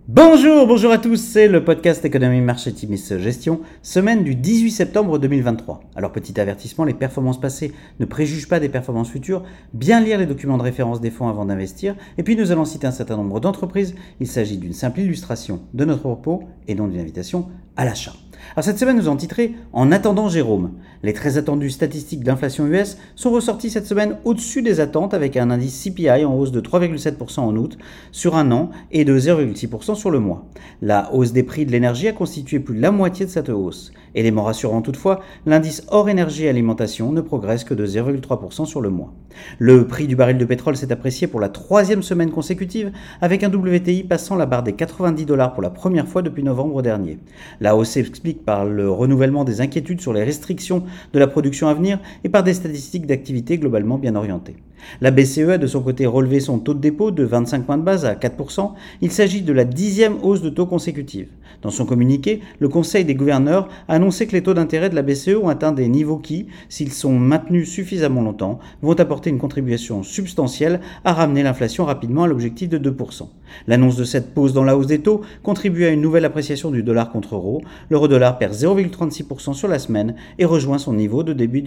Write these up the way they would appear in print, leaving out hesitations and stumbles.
Bonjour à tous, c'est le podcast Économie, Marché, Timis, Gestion, semaine du 18 septembre 2023. Alors petit avertissement, les performances passées ne préjugent pas des performances futures, bien lire les documents de référence des fonds avant d'investir, et puis nous allons citer un certain nombre d'entreprises, il s'agit d'une simple illustration de notre propos et non d'une invitation à l'achat. Alors cette semaine nous avons titré « En attendant Jérôme ». Les très attendues statistiques d'inflation US sont ressorties cette semaine au-dessus des attentes avec un indice CPI en hausse de 3,7% en août sur un an et de 0,6% sur le mois. La hausse des prix de l'énergie a constitué plus de la moitié de cette hausse. Élément rassurant toutefois, l'indice hors énergie et alimentation ne progresse que de 0,3% sur le mois. Le prix du baril de pétrole s'est apprécié pour la troisième semaine consécutive avec un WTI passant la barre des $90 pour la première fois depuis novembre dernier. La hausse s'explique par le renouvellement des inquiétudes sur les restrictions de la production à venir et par des statistiques d'activité globalement bien orientées. La BCE a de son côté relevé son taux de dépôt de 25 points de base à 4%. Il s'agit de la 10e hausse de taux consécutive. Dans son communiqué, le Conseil des gouverneurs a annoncé que les taux d'intérêt de la BCE ont atteint des niveaux qui, s'ils sont maintenus suffisamment longtemps, vont apporter une contribution substantielle à ramener l'inflation rapidement à l'objectif de 2%. L'annonce de cette pause dans la hausse des taux contribue à une nouvelle appréciation du dollar contre euro. L'euro-dollar perd 0,36% sur la semaine et rejoint son niveau de début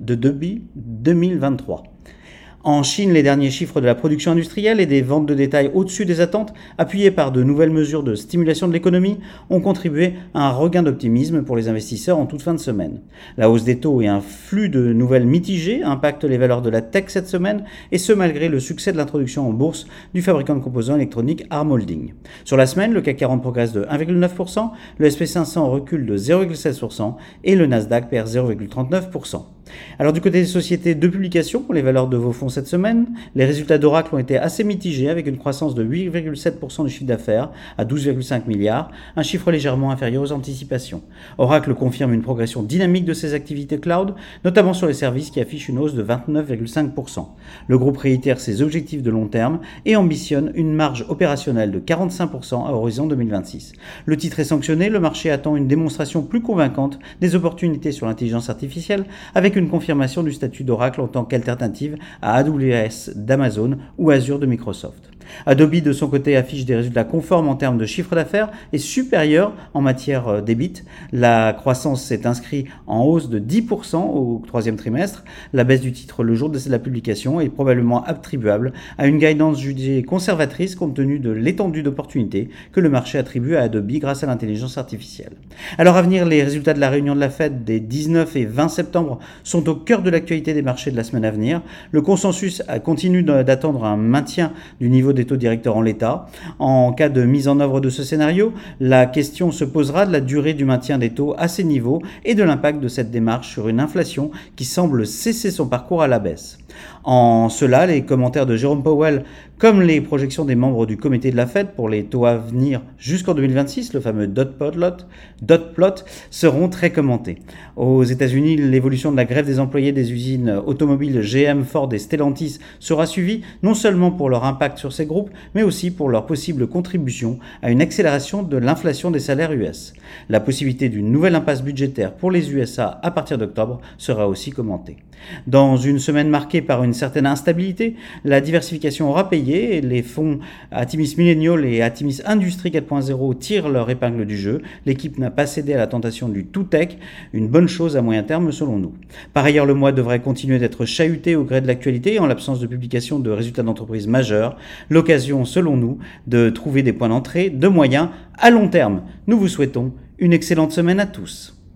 2023. En Chine, les derniers chiffres de la production industrielle et des ventes de détail au-dessus des attentes, appuyés par de nouvelles mesures de stimulation de l'économie, ont contribué à un regain d'optimisme pour les investisseurs en toute fin de semaine. La hausse des taux et un flux de nouvelles mitigées impactent les valeurs de la tech cette semaine, et ce malgré le succès de l'introduction en bourse du fabricant de composants électroniques ARM Holding. Sur la semaine, le CAC 40 progresse de 1,9%, le SP500 recule de 0,16% et le Nasdaq perd 0,39%. Alors du côté des sociétés de publication pour les valeurs de vos fonds cette semaine, les résultats d'Oracle ont été assez mitigés avec une croissance de 8,7% du chiffre d'affaires à 12,5 milliards, un chiffre légèrement inférieur aux anticipations. Oracle confirme une progression dynamique de ses activités cloud, notamment sur les services qui affichent une hausse de 29,5%. Le groupe réitère ses objectifs de long terme et ambitionne une marge opérationnelle de 45% à horizon 2026. Le titre est sanctionné, le marché attend une démonstration plus convaincante des opportunités sur l'intelligence artificielle avec une confirmation du statut d'Oracle en tant qu'alternative à AWS d'Amazon ou Azure de Microsoft. Adobe, de son côté, affiche des résultats conformes en termes de chiffre d'affaires et supérieurs en matière d'EBIT. La croissance s'est inscrite en hausse de 10% au troisième trimestre. La baisse du titre le jour de la publication est probablement attribuable à une guidance jugée conservatrice compte tenu de l'étendue d'opportunités que le marché attribue à Adobe grâce à l'intelligence artificielle. Alors à venir, les résultats de la réunion de la Fed des 19 et 20 septembre sont au cœur de l'actualité des marchés de la semaine à venir. Le consensus continue d'attendre un maintien du niveau des taux directeurs en l'état. En cas de mise en œuvre de ce scénario, la question se posera de la durée du maintien des taux à ces niveaux et de l'impact de cette démarche sur une inflation qui semble cesser son parcours à la baisse. En cela, les commentaires de Jérôme Powell, comme les projections des membres du comité de la Fed pour les taux à venir jusqu'en 2026, le fameux dot plot, seront très commentés. Aux États-Unis, l'évolution de la grève des employés des usines automobiles GM, Ford et Stellantis sera suivie, non seulement pour leur impact sur ces groupes, mais aussi pour leur possible contribution à une accélération de l'inflation des salaires US. La possibilité d'une nouvelle impasse budgétaire pour les USA à partir d'octobre sera aussi commentée. Dans une semaine marquée par une certaine instabilité, la diversification aura payé et les fonds Atimis Millennial et Atimis Industrie 4.0 tirent leur épingle du jeu. L'équipe n'a pas cédé à la tentation du tout tech, une bonne chose à moyen terme selon nous. Par ailleurs, le mois devrait continuer d'être chahuté au gré de l'actualité en l'absence de publication de résultats d'entreprises majeurs. L'occasion, selon nous, de trouver des points d'entrée de moyen à long terme. Nous vous souhaitons une excellente semaine à tous.